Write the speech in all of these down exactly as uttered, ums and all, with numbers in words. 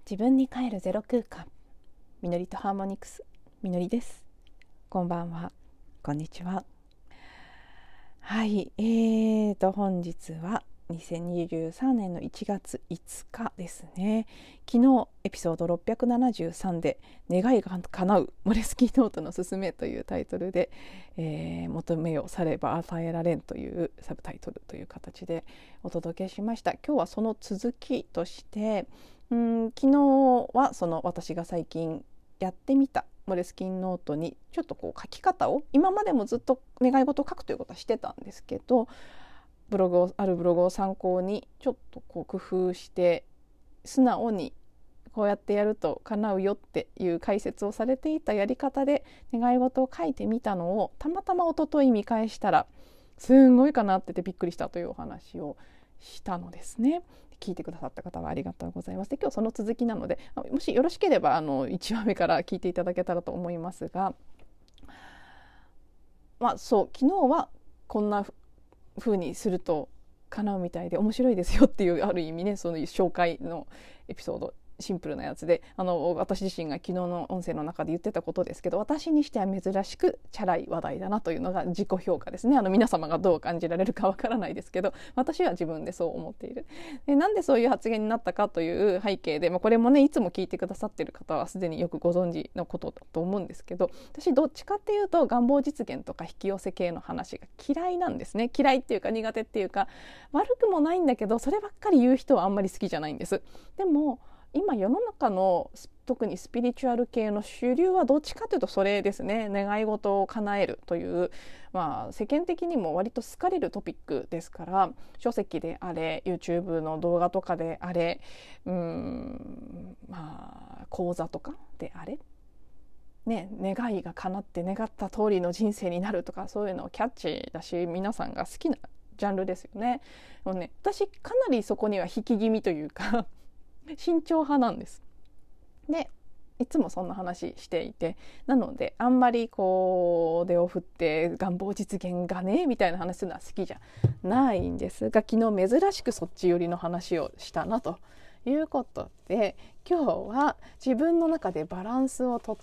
自分に帰るゼロ空間、みのりとハーモニクス、みのりです。こんばんは、こんにちは。はい、えーと本日はにせんにじゅうさんねんのいちがついつかですね。昨日エピソードろっぴゃくななじゅうさんで願いが叶うモレスキーノートのすすめというタイトルで、えー、求めよされば与えられんというサブタイトルという形でお届けしました。今日はその続きとしてうん昨日はその私が最近やってみたモレスキーノートにちょっとこう書き方を、今までもずっと願い事を書くということはしてたんですけど、ブログをあるブログを参考にちょっとこう工夫して素直にこうやってやると叶うよっていう解説をされていたやり方で願い事を書いてみたのをたまたま一昨日見返したらすんごいかなっててびっくりしたというお話をしたのですね。聞いてくださった方はありがとうございます。で、今日その続きなので、もしよろしければあのいちわめから聞いていただけたらと思いますが、まあそう昨日はこんな風にすると叶うみたいで面白いですよっていう、ある意味ね、その紹介のエピソード、シンプルなやつで、あの私自身が昨日の音声の中で言ってたことですけど、私にしては珍しくチャラい話題だなというのが自己評価ですね。あの皆様がどう感じられるかわからないですけど、私は自分でそう思っている。で、なんでそういう発言になったかという背景で、まあ、これもねいつも聞いてくださっている方はすでによくご存知のことだと思うんですけど、私どっちかっていうと願望実現とか引き寄せ系の話が嫌いなんですね。嫌いっていうか苦手っていうか、悪くもないんだけどそればっかり言う人はあんまり好きじゃないんです。でも今世の中の特にスピリチュアル系の主流はどっちかというとそれですね。願い事を叶えるという、まあ、世間的にも割と好かれるトピックですから、書籍であれ YouTube の動画とかであれ、うーんまあ講座とかであれね、願いが叶って願った通りの人生になるとか、そういうのをキャッチーだし皆さんが好きなジャンルですよね。もうね、私かなりそこには引き気味というか慎重派なんです。でいつもそんな話していて、なのであんまりこう腕を振って願望実現がねみたいな話するのは好きじゃないんですが、昨日珍しくそっち寄りの話をしたなということで、今日は自分の中でバランスをとって、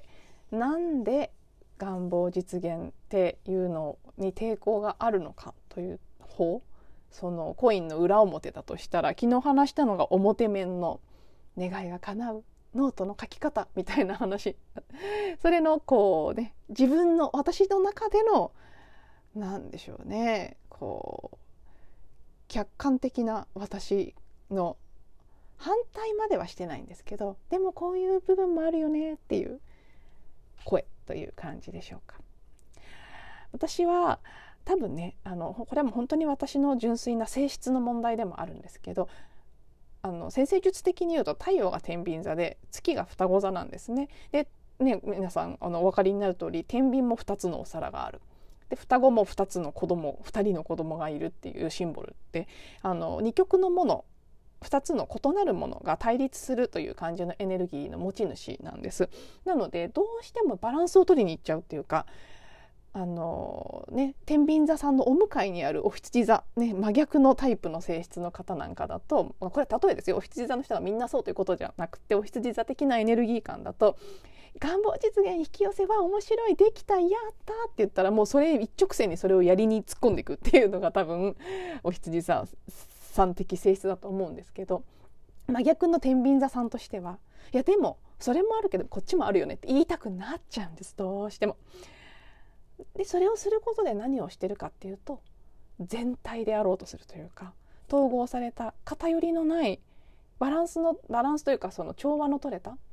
なんで願望実現っていうのに抵抗があるのかという方、そのコインの裏表だとしたら、昨日話したのが表面の願いが叶うノートの書き方みたいな話それのこうね、自分の私の中でのなんでしょうね、こう客観的な私の反対まではしてないんですけど、でもこういう部分もあるよねっていう声という感じでしょうか。私は多分ね、あのこれはもう本当に私の純粋な性質の問題でもあるんですけど、あの先生術的に言うと太陽が天秤座で月が双子座なんですね。でね、皆さんあのお分かりになる通り、天秤もふたつのお皿がある。で双子もふたつの子供ふたりの子供がいるっていうシンボルって、あの二極のもの、ふたつの異なるものが対立するという感じのエネルギーの持ち主なんです。なのでどうしてもバランスを取りに行っちゃうっていうか、あのね、天秤座さんのお向かいにあるお羊座、ね、真逆のタイプの性質の方なんかだと、これは例えですよ、お羊座の人がみんなそうということじゃなくて、お羊座的なエネルギー感だと、願望実現引き寄せは面白い、できた、やったって言ったらもうそれ一直線にそれをやりに突っ込んでいくっていうのが多分お羊座さん的性質だと思うんですけど、真逆の天秤座さんとしては、いやでもそれもあるけどこっちもあるよねって言いたくなっちゃうんです、どうしても。でそれをすることで何をしてるかっていうと、全体であろうとするというか、統合された偏りのないバランスのバランスというか、その調和の取れた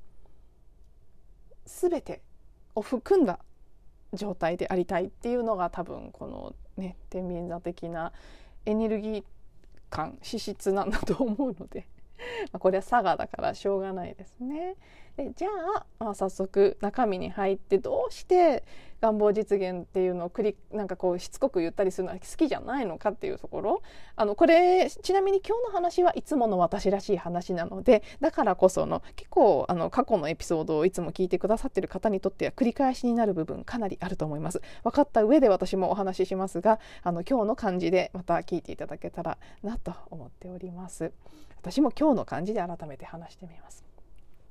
全てを含んだ状態でありたいっていうのが多分このね天秤座的なエネルギー感資質なんだと思うのでまあこれは佐賀だからしょうがないですね。でじゃあ、まあ、早速中身に入って、どうして願望実現っていうのを繰りなんかこうしつこく言ったりするのは好きじゃないのかっていうところ、あのこれちなみに今日の話はいつもの私らしい話なので、だからこその結構あの過去のエピソードをいつも聞いてくださっている方にとっては繰り返しになる部分かなりあると思います。分かった上で私もお話ししますが、あの今日の感じでまた聞いていただけたらなと思っております。私も今日の感じで改めて話してみます。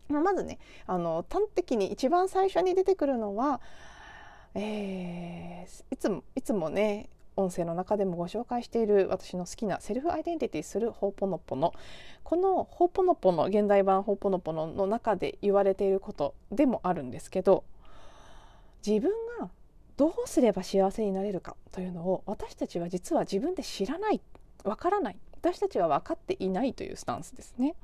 まあ、まずねあの端的に一番最初に出てくるのは、えー、いつもいつもね音声の中でもご紹介している私の好きなセルフアイデンティティするホーポノポノ、このホーポノポノ現代版ホーポノポノの中で言われていることでもあるんですけど、自分がどうすれば幸せになれるかというのを私たちは実は自分で知らない、わからない、私たちは分かっていないというスタンスですね。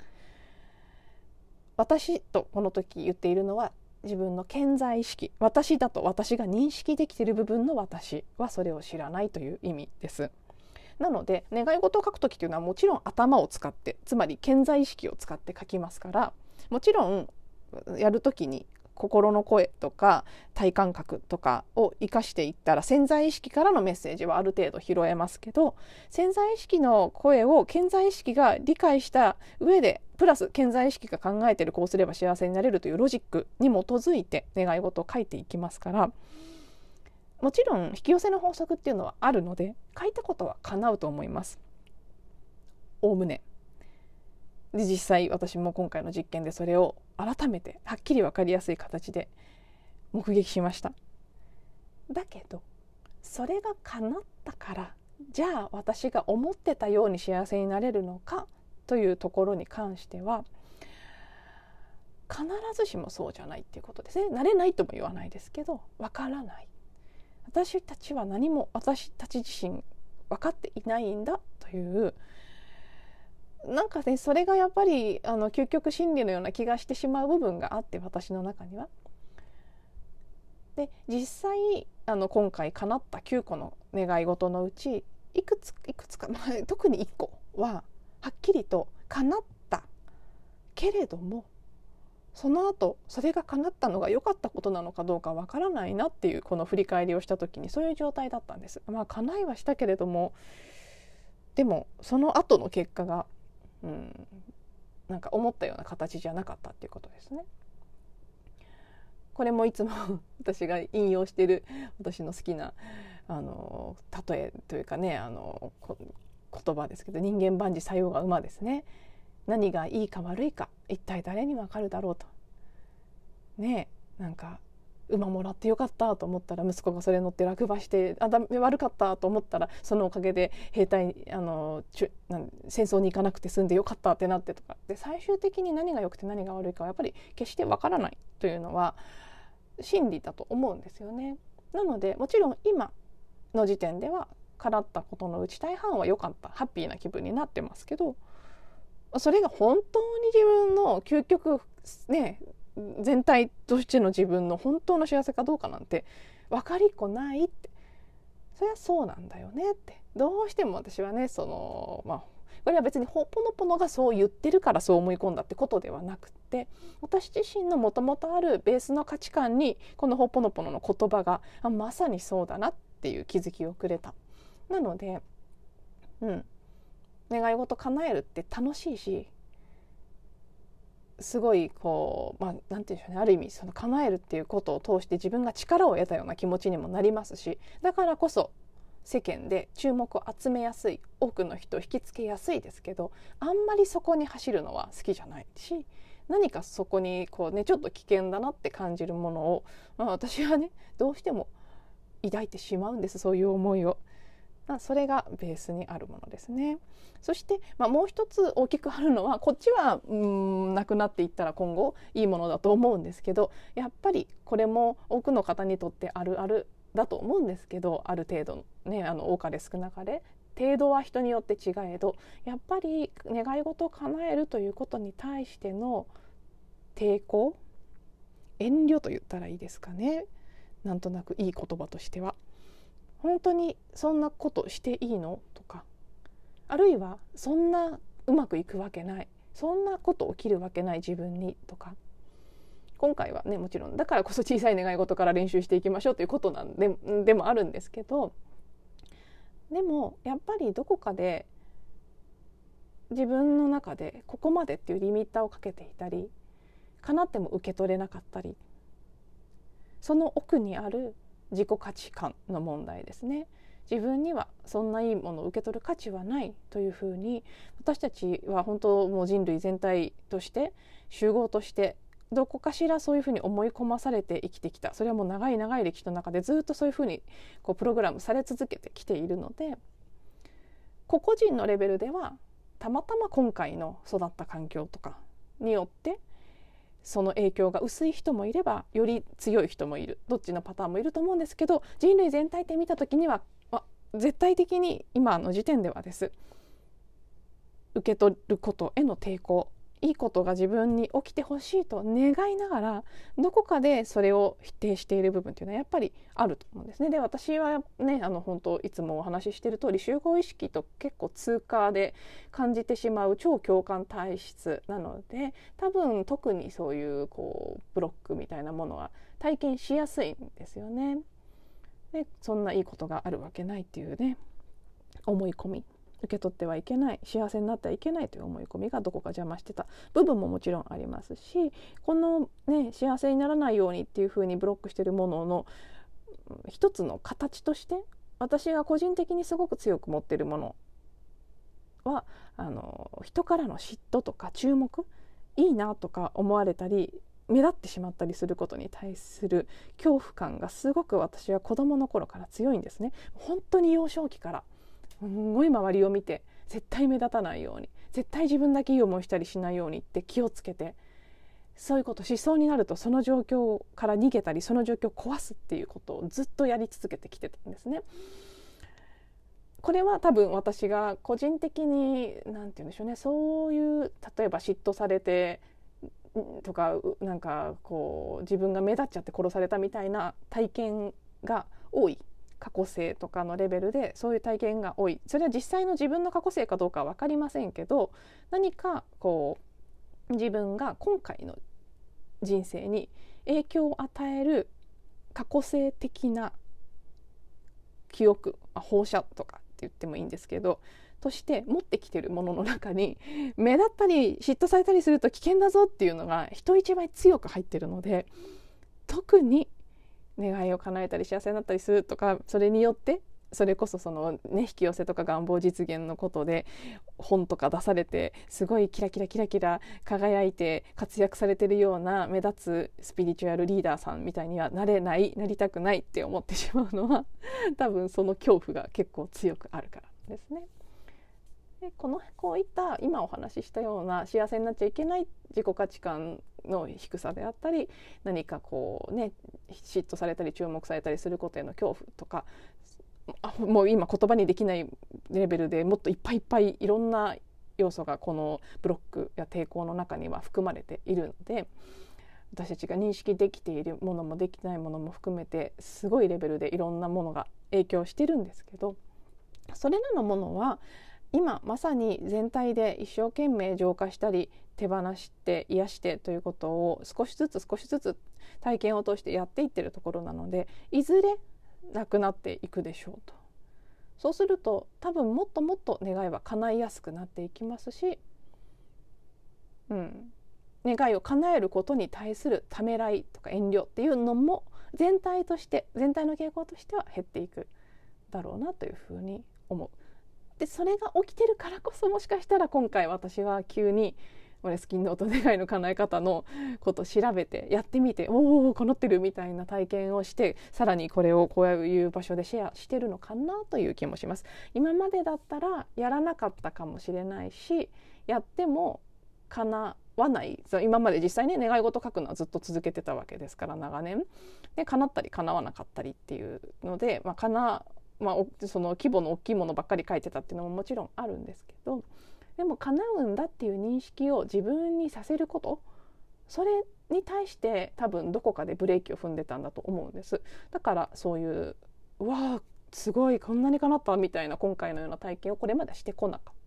私とこの時言っているのは自分の顕在意識、私だと私が認識できている部分の私はそれを知らないという意味です。なので願い事を書く時というのはもちろん頭を使って、つまり顕在意識を使って書きますから、もちろんやる時に心の声とか体感覚とかを生かしていったら潜在意識からのメッセージはある程度拾えますけど、潜在意識の声を顕在意識が理解した上でプラス顕在意識が考えているこうすれば幸せになれるというロジックに基づいて願い事を書いていきますから、もちろん引き寄せの法則っていうのはあるので書いたことは叶うと思います。おおむねで、実際私も今回の実験でそれを改めてはっきり分かりやすい形で目撃しました。だけどそれが叶ったからじゃあ私が思ってたように幸せになれるのかというところに関しては必ずしもそうじゃないっていうことですね。なれないとも言わないですけど分からない、私たちは何も私たち自身分かっていないんだという、なんかねそれがやっぱりあの究極真理のような気がしてしまう部分があって、私の中には。で実際あの今回叶ったきゅうこの願い事のうちいくついくつか、まあ、特にいっこははっきりと叶ったけれども、その後それが叶ったのが良かったことなのかどうかわからないなっていう、この振り返りをした時にそういう状態だったんです。まあ叶いはしたけれども、でもその後の結果がうん、なんか思ったような形じゃなかったっていうことですね。これもいつも私が引用している私の好きなあの例えというかね、あの言葉ですけど、人間万事作用が馬ですね。何がいいか悪いか一体誰に分かるだろうとね。なんか馬もらってよかったと思ったら息子がそれ乗って落馬して、あだ悪かったと思ったらそのおかげで兵隊あのちゅなん戦争に行かなくて済んでよかったってなってとかで、最終的に何が良くて何が悪いかはやっぱり決してわからないというのは真理だと思うんですよね。なのでもちろん今の時点では叶ったことのうち大半は良かった、ハッピーな気分になってますけど、それが本当に自分の究極ね全体としての自分の本当の幸せかどうかなんて分かりっこないって、そりゃそうなんだよねって、どうしても私はねそのまあこれは別にホポノポノがそう言ってるからそう思い込んだってことではなくて、私自身のもともとあるベースの価値観にこのホポノポノの言葉があまさにそうだなっていう気づきをくれた。なので、うん、願い事叶えるって楽しいし、すごいこう、まあ、なんていうんでしょうね、ある意味その叶えるっていうことを通して自分が力を得たような気持ちにもなりますし、だからこそ世間で注目を集めやすい、多くの人を引きつけやすいですけど、あんまりそこに走るのは好きじゃないし、何かそこにこうねちょっと危険だなって感じるものを、まあ、私はねどうしても抱いてしまうんです、そういう思いを。まあ、それがベースにあるものですね。そして、まあ、もう一つ大きくあるのは、こっちはうーんなくなっていったら今後いいものだと思うんですけど、やっぱりこれも多くの方にとってあるあるだと思うんですけど、ある程度ねあの多かれ少なかれ程度は人によって違えど、やっぱり願い事を叶えるということに対しての抵抗、遠慮と言ったらいいですかね、なんとなくいい言葉としては、本当にそんなことしていいのとか、あるいはそんなうまくいくわけない、そんなこと起きるわけない自分にとか、今回はねもちろんだからこそ小さい願い事から練習していきましょうということなんででもあるんですけど、でもやっぱりどこかで自分の中でここまでっていうリミッターをかけていたり、叶っても受け取れなかったり、その奥にある自己価値観の問題ですね。自分にはそんないいものを受け取る価値はないというふうに、私たちは本当もう人類全体として集合としてどこかしらそういうふうに思い込まされて生きてきた。それはもう長い長い歴史の中でずっとそういうふうにこうプログラムされ続けてきているので、個々人のレベルではたまたま今回の育った環境とかによってその影響が薄い人もいればより強い人もいる、どっちのパターンもいると思うんですけど、人類全体で見た時には、ま、絶対的に今の時点ではです、受け取ることへの抵抗、いいことが自分に起きてほしいと願いながらどこかでそれを否定している部分というのはやっぱりあると思うんですね。で、私はね、あの本当いつもお話ししている通り、集合意識と結構通過で感じてしまう超共感体質なので、多分特にそういうこうブロックみたいなものは体験しやすいんですよね。で、そんないいことがあるわけないっていうね、思い込み、受け取ってはいけない、幸せになってはいけないという思い込みがどこか邪魔してた部分ももちろんありますし、このね、幸せにならないようにっていうふうにブロックしているものの一つの形として、私が個人的にすごく強く持っているものは、あの人からの嫉妬とか注目、いいなとか思われたり目立ってしまったりすることに対する恐怖感がすごく私は子どもの頃から強いんですね。本当に幼少期からすごい周りを見て、絶対目立たないように、絶対自分だけいい思いしたりしないようにって気をつけて、そういうことしそうになるとその状況から逃げたり、その状況を壊すっていうことをずっとやり続けてきてたんですね。これは多分私が個人的になんて言うんでしょうね、そういう例えば嫉妬されてとか、なんかこう自分が目立っちゃって殺されたみたいな体験が多い、過去性とかのレベルでそういう体験が多い、それは実際の自分の過去性かどうかは分かりませんけど、何かこう自分が今回の人生に影響を与える過去性的な記憶、放射とかって言ってもいいんですけど、として持ってきてるものの中に目立ったり嫉妬されたりすると危険だぞっていうのが人一倍強く入ってるので、特に願いを叶えたり幸せになったりするとか、それによってそれこそそのね、引き寄せとか願望実現のことで本とか出されてすごいキラキラキラキラ輝いて活躍されてるような目立つスピリチュアルリーダーさんみたいにはなれない、なりたくないって思ってしまうのは多分その恐怖が結構強くあるからですね。で、このこういった今お話ししたような幸せになっちゃいけない自己価値観の低さであったり、何かこうね、嫉妬されたり注目されたりすることへの恐怖とか、あもう今言葉にできないレベルでもっといっぱいいっぱいいろんな要素がこのブロックや抵抗の中には含まれているので、私たちが認識できているものもできないものも含めてすごいレベルでいろんなものが影響してるんですけど、それらのものは今まさに全体で一生懸命浄化したり手放して癒してということを少しずつ少しずつ体験を通してやっていってるところなので、いずれなくなっていくでしょうと。そうすると多分もっともっと願いは叶いやすくなっていきますし、うん、願いを叶えることに対するためらいとか遠慮っていうのも全体として全体の傾向としては減っていくだろうなというふうに思う。で、それが起きてるからこそ、もしかしたら今回私は急にモレスキンノート願いの叶え方のことを調べてやってみて、おお叶ってるみたいな体験をして、さらにこれをこういう場所でシェアしてるのかなという気もします。今までだったらやらなかったかもしれないし、やっても叶わない、今まで実際ね願い事書くのはずっと続けてたわけですから、長年で叶ったり叶わなかったりっていうので、まあ、叶まあ、その規模の大きいものばっかり書いてたっていうのももちろんあるんですけど、でも叶うんだっていう認識を自分にさせること、それに対して多分どこかでブレーキを踏んでたんだと思うんです。だからそういううわーすごいこんなに叶ったみたいな今回のような体験をこれまでしてこなかった。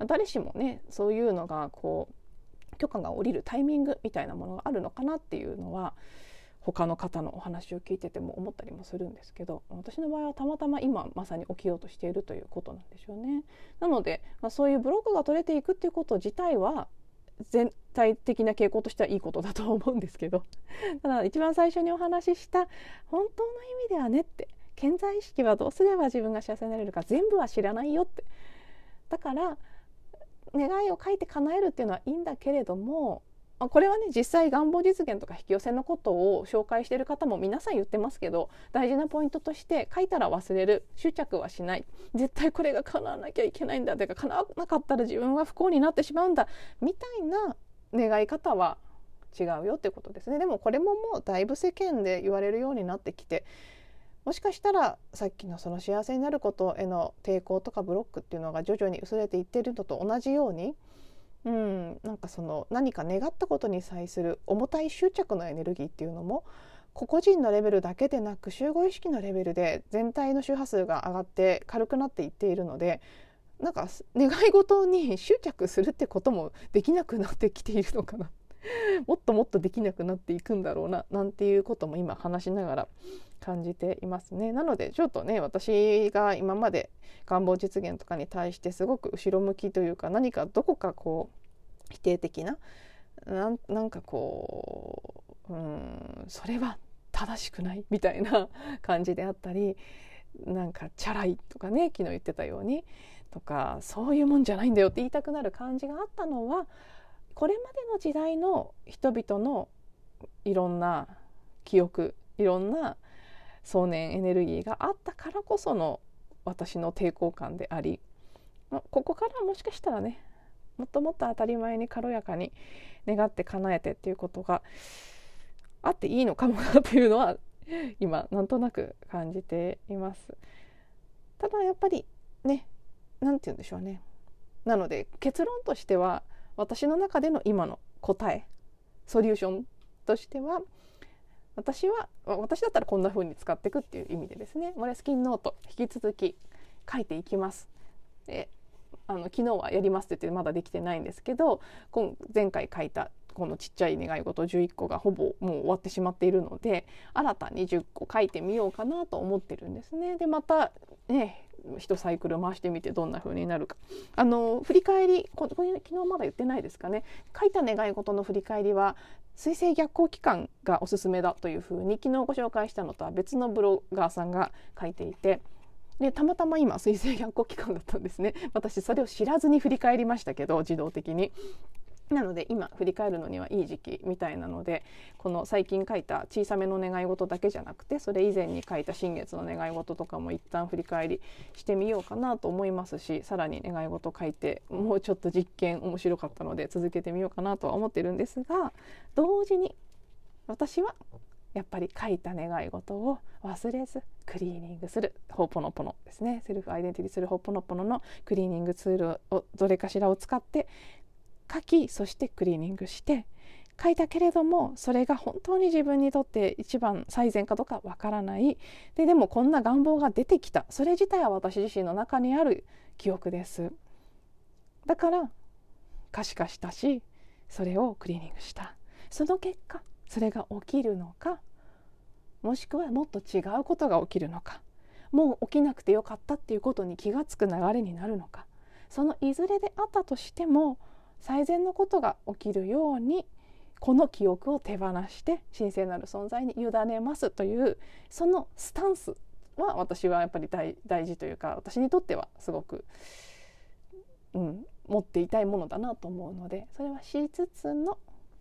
誰しもね、そういうのがこう許可が下りるタイミングみたいなものがあるのかなっていうのは他の方のお話を聞いてても思ったりもするんですけど、私の場合はたまたま今まさに起きようとしているということなんでしょうね。なので、まあ、そういうブロックが取れていくっていうこと自体は全体的な傾向としてはいいことだと思うんですけど、ただ一番最初にお話しした本当の意味ではねって、潜在意識はどうすれば自分が幸せになれるか全部は知らないよって、だから願いを書いて叶えるっていうのはいいんだけれども、 まあ、これはね実際願望実現とか引き寄せのことを紹介している方も皆さん言ってますけど、大事なポイントとして書いたら忘れる、執着はしない、絶対これが叶わなきゃいけないんだというか、叶わなかったら自分は不幸になってしまうんだみたいな願い方は違うよっていうことですね。でもこれももうだいぶ世間で言われるようになってきて、もしかしたらさっきのその幸せになることへの抵抗とかブロックっていうのが徐々に薄れていっているのと同じように、うん、なんかその何か願ったことに際する重たい執着のエネルギーっていうのも個々人のレベルだけでなく集合意識のレベルで全体の周波数が上がって軽くなっていっているので、なんか願い事に執着するってこともできなくなってきているのかなもっともっとできなくなっていくんだろうななんていうことも今話しながら感じていますね。なのでちょっとね、私が今まで願望実現とかに対してすごく後ろ向きというか、何かどこかこう否定的な な, なんかこう、うーんそれは正しくないみたいな感じであったり、なんかチャラいとかね、昨日言ってたようにとか、そういうもんじゃないんだよって言いたくなる感じがあったのは、これまでの時代の人々のいろんな記憶、いろんな想念エネルギーがあったからこその私の抵抗感であり、ここからもしかしたらね、もっともっと当たり前に軽やかに願って叶えてっていうことがあっていいのかもなっていうのは今なんとなく感じています。ただやっぱりね、なんて言うんでしょうね。なので結論としては、私の中での今の答え、ソリューションとしては、私は私だったらこんな風に使っていくっていう意味でですね、モレスキンノート引き続き書いていきます。で、あの昨日はやりますって言ってまだできてないんですけど、今前回書いたこのちっちゃい願い事じゅういっこがほぼもう終わってしまっているので、新たにじゅっこ書いてみようかなと思ってるんですね。でまたね、一サイクル回してみてどんな風になるか、あの振り返り、ここ昨日まだ言ってないですかね、書いた願い事の振り返りは水星逆行期間がおすすめだという風に昨日ご紹介したのとは別のブロガーさんが書いていて、でたまたま今水星逆行期間だったんですね。私それを知らずに振り返りましたけど、自動的に。なので今振り返るのにはいい時期みたいなので、この最近書いた小さめの願い事だけじゃなくて、それ以前に書いた新月の願い事とかも一旦振り返りしてみようかなと思いますし、さらに願い事書いてもうちょっと実験面白かったので続けてみようかなとは思ってるんですが、同時に私はやっぱり書いた願い事を忘れずクリーニングする、ホーポノポノですね、セルフアイデンティティするホーポノポノのクリーニングツールをどれかしらを使って書き、そしてクリーニングして書いたけれども、それが本当に自分にとって一番最善かどうかわからない。で、でもこんな願望が出てきた、それ自体は私自身の中にある記憶です。だから可視化したし、それをクリーニングした。その結果それが起きるのか、もしくはもっと違うことが起きるのか、もう起きなくてよかったっていうことに気がつく流れになるのか、そのいずれであったとしても最善のことが起きるようにこの記憶を手放して神聖なる存在に委ねますという、そのスタンスは私はやっぱり 大, 大事というか、私にとってはすごく、うん、持っていたいものだなと思うので、それはしつつの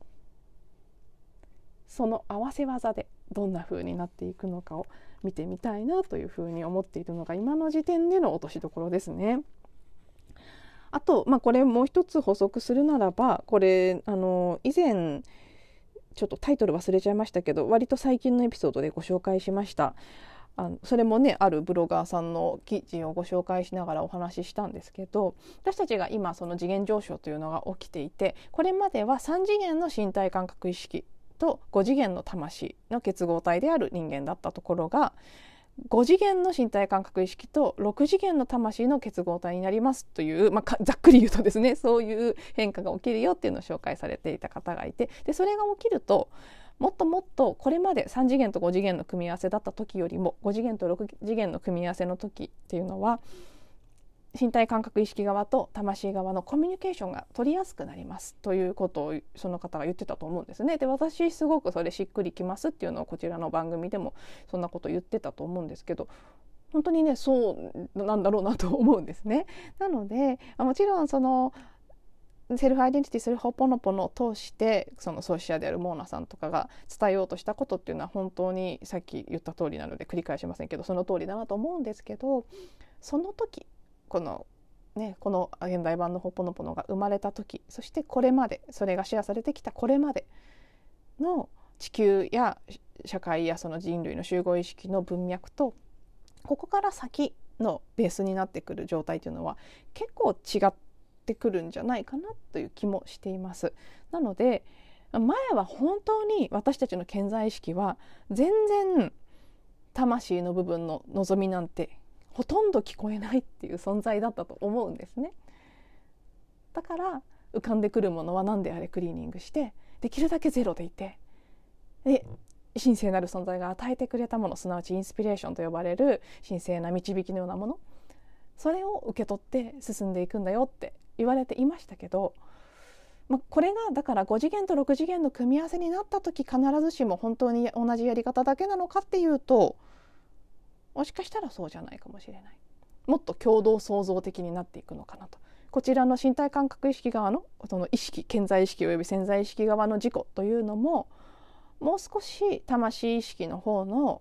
その合わせ技でどんな風になっていくのかを見てみたいなという風に思っているのが今の時点での落としどころですね。あと、まあ、これもう一つ補足するならば、これあの以前ちょっとタイトル忘れちゃいましたけど、割と最近のエピソードでご紹介しました。あのそれもね、あるブロガーさんの記事をご紹介しながらお話ししたんですけど、私たちが今その次元上昇というのが起きていて、これまではさん次元の身体感覚意識とご次元の魂の結合体である人間だったところが、ご次元の身体感覚意識とろく次元の魂の結合体になりますという、まあ、ざっくり言うとですね、そういう変化が起きるよっていうのを紹介されていた方がいて、でそれが起きるともっともっとこれまでさん次元とご次元の組み合わせだった時よりもご次元とろく次元の組み合わせの時っていうのは身体感覚意識側と魂側のコミュニケーションが取りやすくなりますということをその方が言ってたと思うんですね。で、私すごくそれしっくりきますっていうのをこちらの番組でもそんなこと言ってたと思うんですけど、本当にねそうなんだろうなと思うんですね。なのでもちろんそのセルフアイデンティティするホポノポノを通してその創始者であるモーナさんとかが伝えようとしたことっていうのは本当にさっき言った通りなので繰り返しませんけどその通りだなと思うんですけど、その時このねこの現代版のホポノポノが生まれた時、そしてこれまでそれがシェアされてきたこれまでの地球や社会やその人類の集合意識の文脈とここから先のベースになってくる状態というのは結構違ってくるんじゃないかなという気もしています。なので前は本当に私たちの潜在意識は全然魂の部分の望みなんてほとんど聞こえないっていう存在だったと思うんですね。だから浮かんでくるものは何であれクリーニングしてできるだけゼロでいて、で神聖なる存在が与えてくれたもの、すなわちインスピレーションと呼ばれる神聖な導きのようなもの、それを受け取って進んでいくんだよって言われていましたけど、まあ、これがだからご次元とろく次元の組み合わせになった時必ずしも本当に同じやり方だけなのかっていうと、もしかしたらそうじゃないかもしれない。もっと共同創造的になっていくのかなと。こちらの身体感覚意識側のその意識、潜在意識および潜在意識側の自己というのももう少し魂意識の方の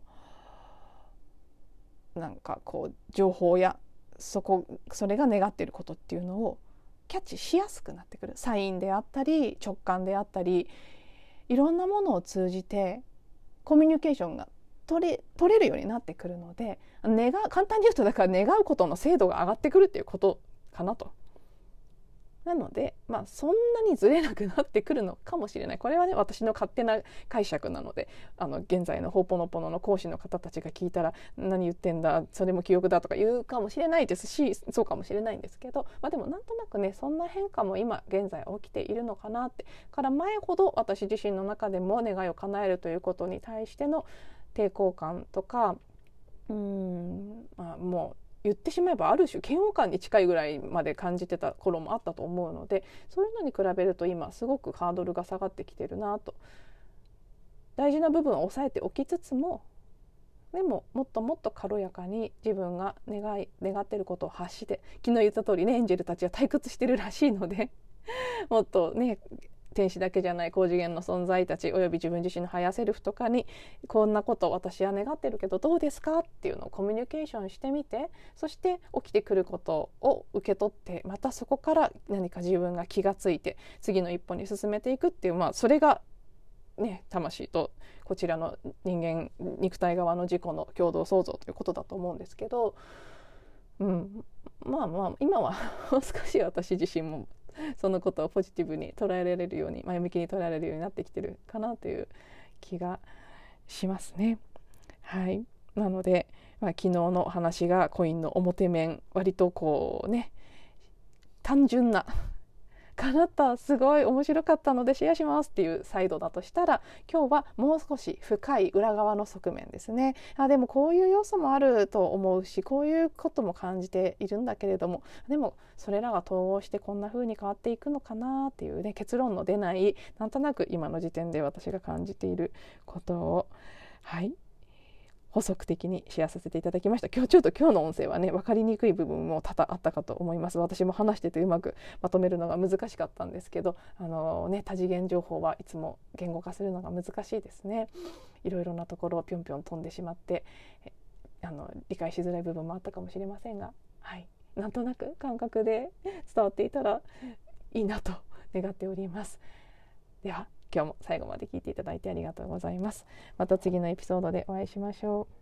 なんかこう情報やそこそれが願っていることっていうのをキャッチしやすくなってくる。サインであったり直感であったりいろんなものを通じてコミュニケーションが取れ、取れるようになってくるので、願う簡単に言うとだから願うことの精度が上がってくるっていうことかなと。なので、まあ、そんなにずれなくなってくるのかもしれない。これはね私の勝手な解釈なので、あの現在のホーポノポノの講師の方たちが聞いたら何言ってんだそれも記憶だとか言うかもしれないですし、そうかもしれないんですけど、まあ、でもなんとなくねそんな変化も今現在起きているのかなって。から前ほど私自身の中でも願いを叶えるということに対しての抵抗感とかうーん、まあ、もう言ってしまえばある種嫌悪感に近いぐらいまで感じてた頃もあったと思うので、そういうのに比べると今すごくハードルが下がってきてるなと。大事な部分を抑えておきつつもでももっともっと軽やかに自分が願い願っていることを発して、昨日言った通りねエンジェルたちは退屈してるらしいのでもっとね天使だけじゃない高次元の存在たちおよび自分自身のハイヤーセルフとかにこんなこと私は願ってるけどどうですかっていうのをコミュニケーションしてみて、そして起きてくることを受け取ってまたそこから何か自分が気がついて次の一歩に進めていくっていう、まあそれがね魂とこちらの人間肉体側の自己の共同創造ということだと思うんですけど、うん、まあまあ今はもう少し私自身もそのことをポジティブに捉えられるように前向きに捉えられるようになってきてるかなという気がしますね。はい、なので、まあ、昨日の話がコインの表面割とこうね単純なかなったすごい面白かったのでシェアしますっていうサイドだとしたら、今日はもう少し深い裏側の側面ですね。あでもこういう要素もあると思うしこういうことも感じているんだけれども、でもそれらが統合してこんな風に変わっていくのかなっていうね結論の出ないなんとなく今の時点で私が感じていることをはい補足的にシェアさせていただきました。今日ちょっと今日の音声はね分かりにくい部分も多々あったかと思います。私も話しててうまくまとめるのが難しかったんですけど、あのね多次元情報はいつも言語化するのが難しいですね。いろいろなところをぴょんぴょん飛んでしまってあの理解しづらい部分もあったかもしれませんが、はい、なんとなく感覚で伝わっていたらいいなと願っております。では今日も最後まで聞いていただいてありがとうございます。また次のエピソードでお会いしましょう。